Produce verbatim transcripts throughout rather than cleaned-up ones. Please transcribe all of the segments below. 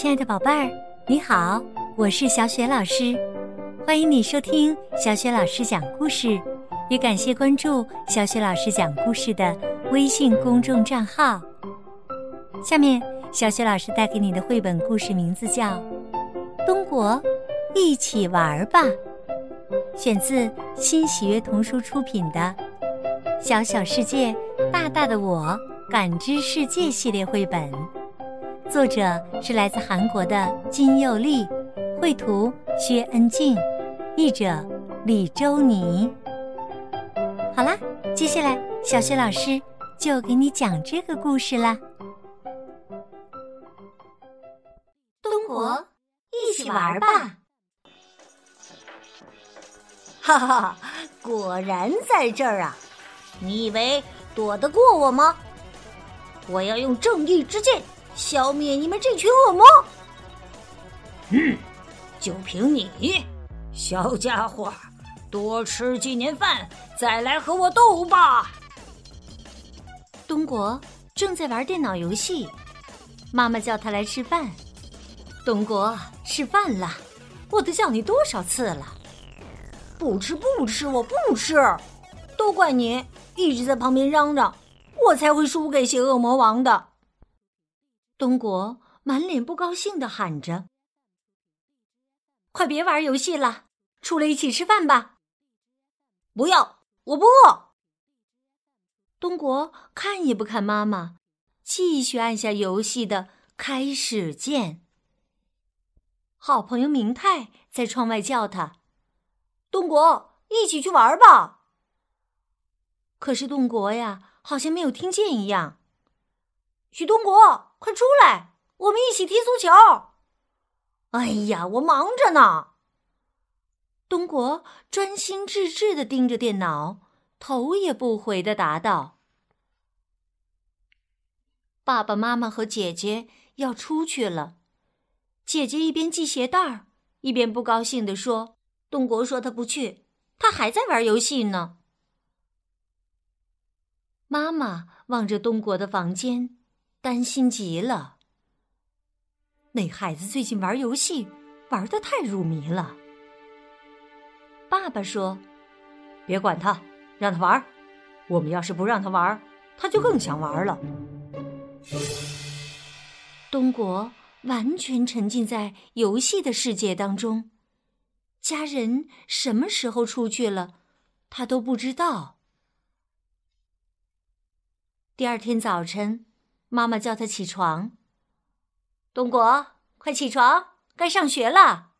亲爱的宝贝儿，你好，我是小雪老师，欢迎你收听小雪老师讲故事，也感谢关注小雪老师讲故事的微信公众账号。下面小雪老师带给你的绘本故事名字叫《东国一起玩吧》，选自新喜悦童书出品的《小小世界大大的我感知世界》系列绘本，作者是来自韩国的金佑利，绘图薛恩静，译者李周妮。好啦，接下来小雪老师就给你讲这个故事啦。 东国一起玩吧！ 哈哈，果然在这儿啊！你以为躲得过我吗？我要用正义之剑消灭你们这群恶魔！嗯，就凭你，小家伙，多吃几年饭，再来和我斗吧！ 东国正在玩电脑游戏，妈妈叫他来吃饭。东国，吃饭了，我都叫你多少次了？ 不吃不吃，我不吃，都怪你一直在旁边嚷嚷，我才会输给邪恶魔王的。 东国满脸不高兴地喊着：快别玩游戏了，出来一起吃饭吧！ 不要，我不饿。 东国看也不看妈妈，继续按下游戏的开始键。好朋友明泰在窗外叫他： 东国，一起去玩吧！ 可是东国呀，好像没有听见一样。 许东国，快出来，我们一起踢足球！哎呀，我忙着呢。 东国专心致志地盯着电脑，头也不回地答道：爸爸妈妈和姐姐要出去了。姐姐一边系鞋带儿，一边不高兴地说：东国说他不去，他还在玩游戏呢。妈妈望着东国的房间，担心极了。那孩子最近玩游戏，玩得太入迷了。爸爸说：别管他，让他玩。我们要是不让他玩，他就更想玩了。东国完全沉浸在游戏的世界当中，家人什么时候出去了，他都不知道。第二天早晨，妈妈叫他起床：东国，快起床，该上学了。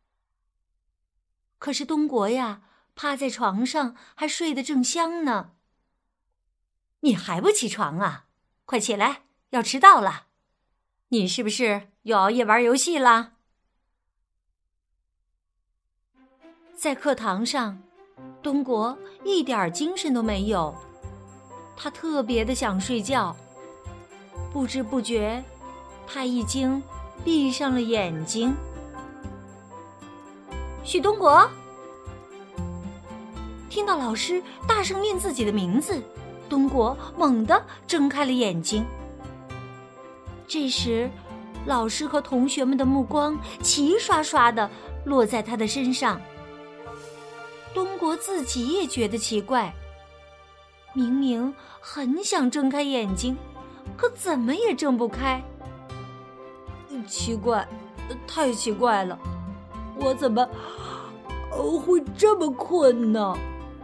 可是东国呀，趴在床上还睡得正香呢。你还不起床啊？快起来，要迟到了。你是不是又熬夜玩游戏啦？在课堂上，东国一点精神都没有，他特别的想睡觉。不知不觉，他已经闭上了眼睛。许东国，听到老师大声念自己的名字，东国猛地睁开了眼睛。这时，老师和同学们的目光齐刷刷地落在他的身上。东国自己也觉得奇怪，明明很想睁开眼睛，可怎么也睁不开。 奇怪，太奇怪了，我怎么会这么困呢？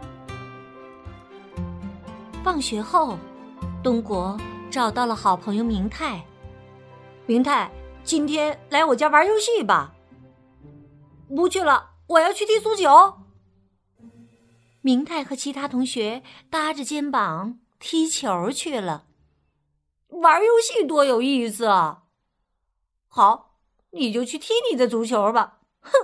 放学后，东国找到了好朋友明泰。明泰，今天来我家玩游戏吧。 不去了，我要去踢足球。 明泰和其他同学搭着肩膀踢球去了。 玩游戏多有意思啊！好，你就去踢你的足球吧。哼！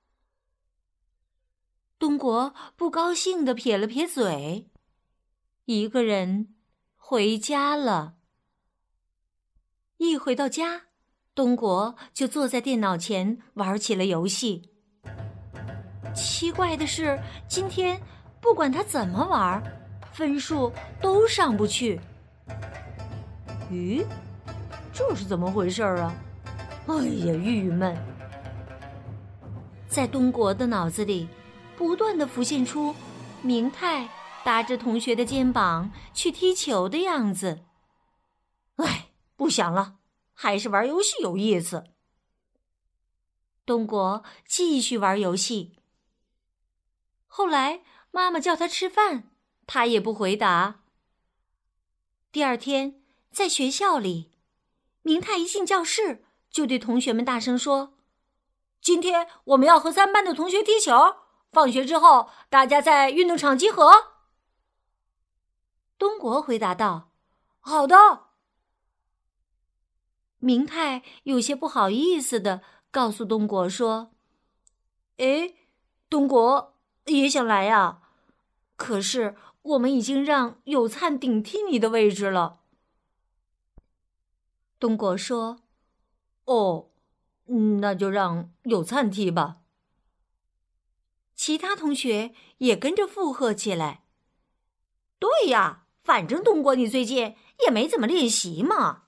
东国不高兴地撇了撇嘴，一个人回家了。一回到家，东国就坐在电脑前玩起了游戏。奇怪的是，今天不管他怎么玩，分数都上不去。 咦，这是怎么回事啊？ 哎呀，郁闷！在东国的脑子里，不断地浮现出明太搭着同学的肩膀去踢球的样子。哎，不想了，还是玩游戏有意思。东国继续玩游戏。后来妈妈叫他吃饭，他也不回答。第二天，在学校里，明太一进教室就对同学们大声说：今天我们要和三班的同学踢球，放学之后大家在运动场集合。东国回答道：好的。明太有些不好意思地告诉东国说：诶，东国也想来呀，可是我们已经让有灿顶替你的位置了。东国说：哦，那就让有灿踢吧。其他同学也跟着附和起来。对呀，反正东国你最近也没怎么练习嘛。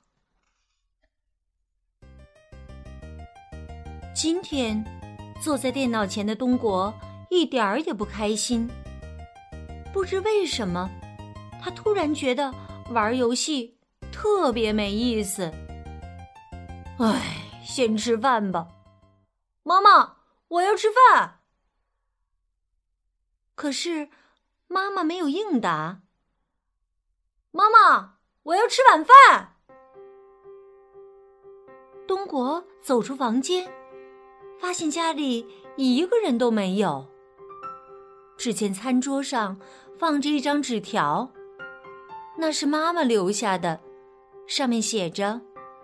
今天坐在电脑前的东国一点儿也不开心。不知为什么，他突然觉得玩游戏特别没意思。唉，先吃饭吧。妈妈，我要吃饭。可是妈妈没有应答。妈妈，我要吃晚饭。东国走出房间，发现家里一个人都没有。只见餐桌上放着一张纸条，那是妈妈留下的，上面写着：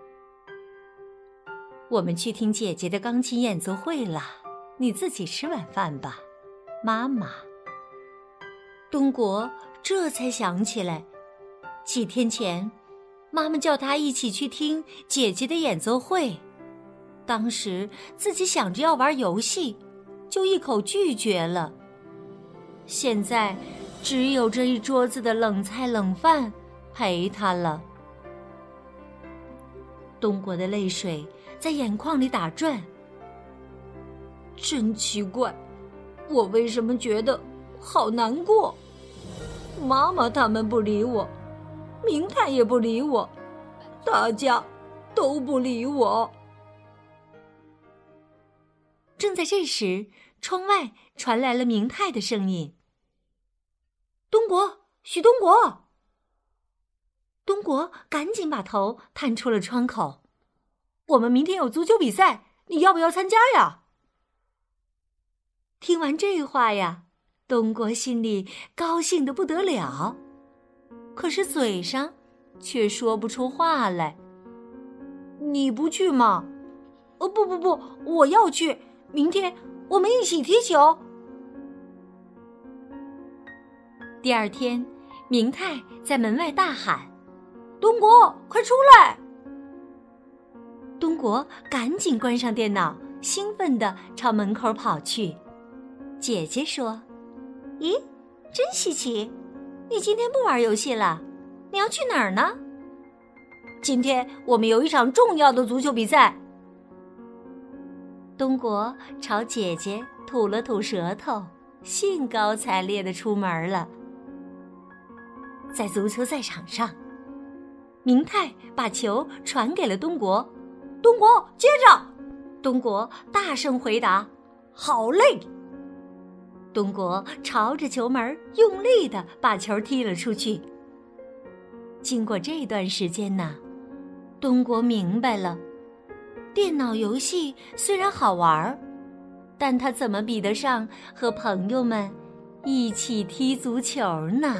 我们去听姐姐的钢琴演奏会了，你自己吃晚饭吧，妈妈。东国这才想起来，几天前妈妈叫他一起去听姐姐的演奏会，当时自己想着要玩游戏，就一口拒绝了。现在只有这一桌子的冷菜冷饭陪他了。东国的泪水在眼眶里打转。真奇怪，我为什么觉得好难过？妈妈他们不理我，明太也不理我，大家都不理我。正在这时，窗外传来了明太的声音：东国，许东国。东国赶紧把头探出了窗口。我们明天有足球比赛，你要不要参加呀？听完这话呀，东国心里高兴得不得了，可是嘴上却说不出话来。你不去吗？哦，不不不，我要去，明天我们一起踢球。第二天，明太在门外大喊：东国，快出来！东国赶紧关上电脑，兴奋地朝门口跑去。姐姐说：咦，真稀奇，你今天不玩游戏了？你要去哪儿呢？今天我们有一场重要的足球比赛。东国朝姐姐吐了吐舌头，兴高采烈地出门了。在足球赛场上，明太把球传给了东国，东国接着。东国大声回答：好嘞！东国朝着球门用力地把球踢了出去。经过这段时间呢，东国明白了，电脑游戏虽然好玩，但它怎么比得上和朋友们一起踢足球呢？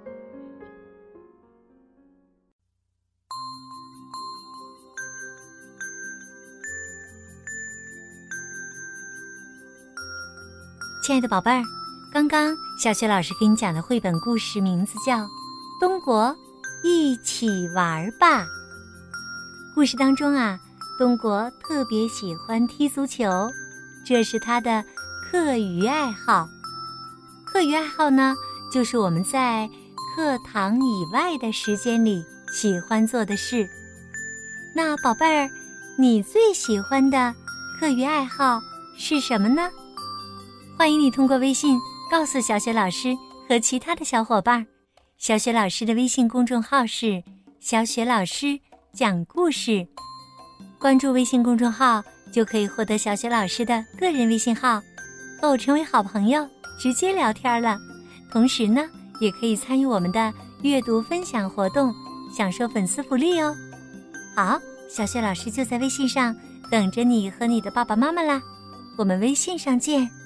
亲爱的宝贝儿，刚刚小雪老师给你讲的绘本故事名字叫《东国一起玩吧》。故事当中啊，东国特别喜欢踢足球，这是他的课余爱好。课余爱好呢，就是我们在课堂以外的时间里喜欢做的事。那宝贝儿， 你最喜欢的课余爱好是什么呢？欢迎你通过微信告诉小雪老师和其他的小伙伴。小雪老师的微信公众号是小雪老师讲故事，关注微信公众号就可以获得小雪老师的个人微信号，和我成为好朋友，直接聊天了。同时呢，也可以参与我们的阅读分享活动，享受粉丝福利哦。好，小雪老师就在微信上等着你和你的爸爸妈妈啦，我们微信上见。